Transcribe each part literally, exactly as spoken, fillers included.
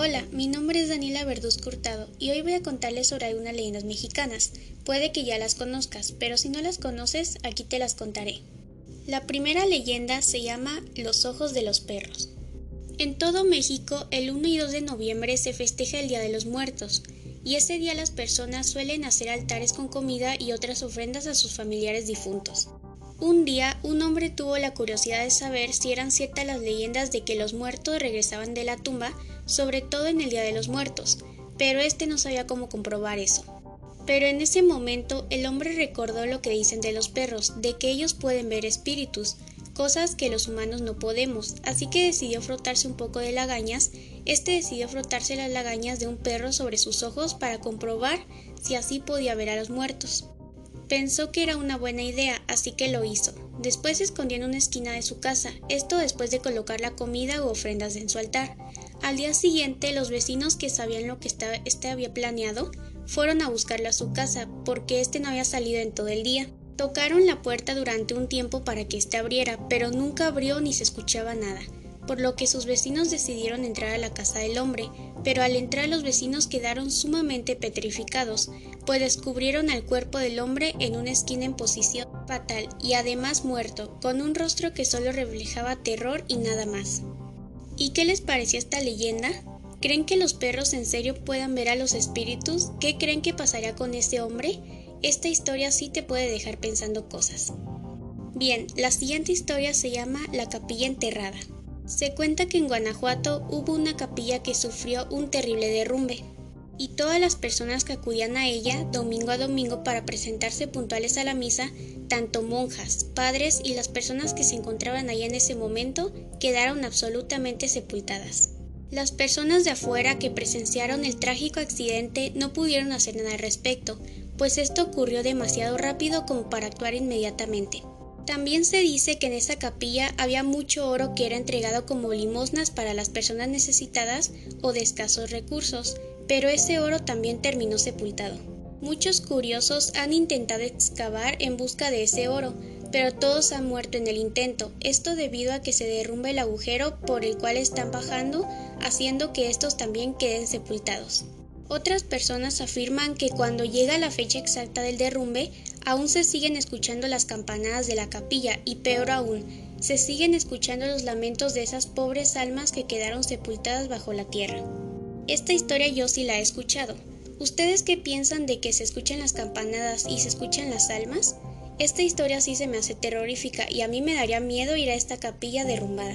Hola, mi nombre es Daniela Verduzco Hurtado y hoy voy a contarles sobre algunas leyendas mexicanas. Puede que ya las conozcas, pero si no las conoces, aquí te las contaré. La primera leyenda se llama Los ojos de los perros. En todo México, el uno y dos de noviembre se festeja el Día de los Muertos, y ese día las personas suelen hacer altares con comida y otras ofrendas a sus familiares difuntos. Un día, un hombre tuvo la curiosidad de saber si eran ciertas las leyendas de que los muertos regresaban de la tumba, sobre todo en el Día de los Muertos, pero este no sabía cómo comprobar eso. Pero en ese momento el hombre recordó lo que dicen de los perros, de que ellos pueden ver espíritus, cosas que los humanos no podemos, así que decidió frotarse un poco de lagañas. Este decidió frotarse las lagañas de un perro sobre sus ojos para comprobar si así podía ver a los muertos. Pensó que era una buena idea, así que lo hizo. Después se escondió en una esquina de su casa, esto después de colocar la comida u ofrendas en su altar. Al día siguiente, los vecinos que sabían lo que este había planeado, fueron a buscarlo a su casa, porque este no había salido en todo el día. Tocaron la puerta durante un tiempo para que éste abriera, pero nunca abrió ni se escuchaba nada, por lo que sus vecinos decidieron entrar a la casa del hombre, pero al entrar los vecinos quedaron sumamente petrificados, pues descubrieron al cuerpo del hombre en una esquina en posición fatal y además muerto, con un rostro que solo reflejaba terror y nada más. ¿Y qué les pareció esta leyenda? ¿Creen que los perros en serio puedan ver a los espíritus? ¿Qué creen que pasaría con ese hombre? Esta historia sí te puede dejar pensando cosas. Bien, la siguiente historia se llama La Capilla Enterrada. Se cuenta que en Guanajuato hubo una capilla que sufrió un terrible derrumbe, y todas las personas que acudían a ella domingo a domingo para presentarse puntuales a la misa, tanto monjas, padres y las personas que se encontraban allá en ese momento, quedaron absolutamente sepultadas. Las personas de afuera que presenciaron el trágico accidente no pudieron hacer nada al respecto, pues esto ocurrió demasiado rápido como para actuar inmediatamente. También se dice que en esa capilla había mucho oro que era entregado como limosnas para las personas necesitadas o de escasos recursos, pero ese oro también terminó sepultado. Muchos curiosos han intentado excavar en busca de ese oro, pero todos han muerto en el intento, esto debido a que se derrumba el agujero por el cual están bajando, haciendo que estos también queden sepultados. Otras personas afirman que cuando llega la fecha exacta del derrumbe, aún se siguen escuchando las campanadas de la capilla y peor aún, se siguen escuchando los lamentos de esas pobres almas que quedaron sepultadas bajo la tierra. Esta historia yo sí la he escuchado. ¿Ustedes qué piensan de que se escuchan las campanadas y se escuchan las almas? Esta historia sí se me hace terrorífica y a mí me daría miedo ir a esta capilla derrumbada.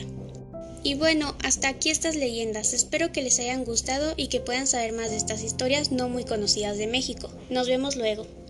Y bueno, hasta aquí estas leyendas, espero que les hayan gustado y que puedan saber más de estas historias no muy conocidas de México. Nos vemos luego.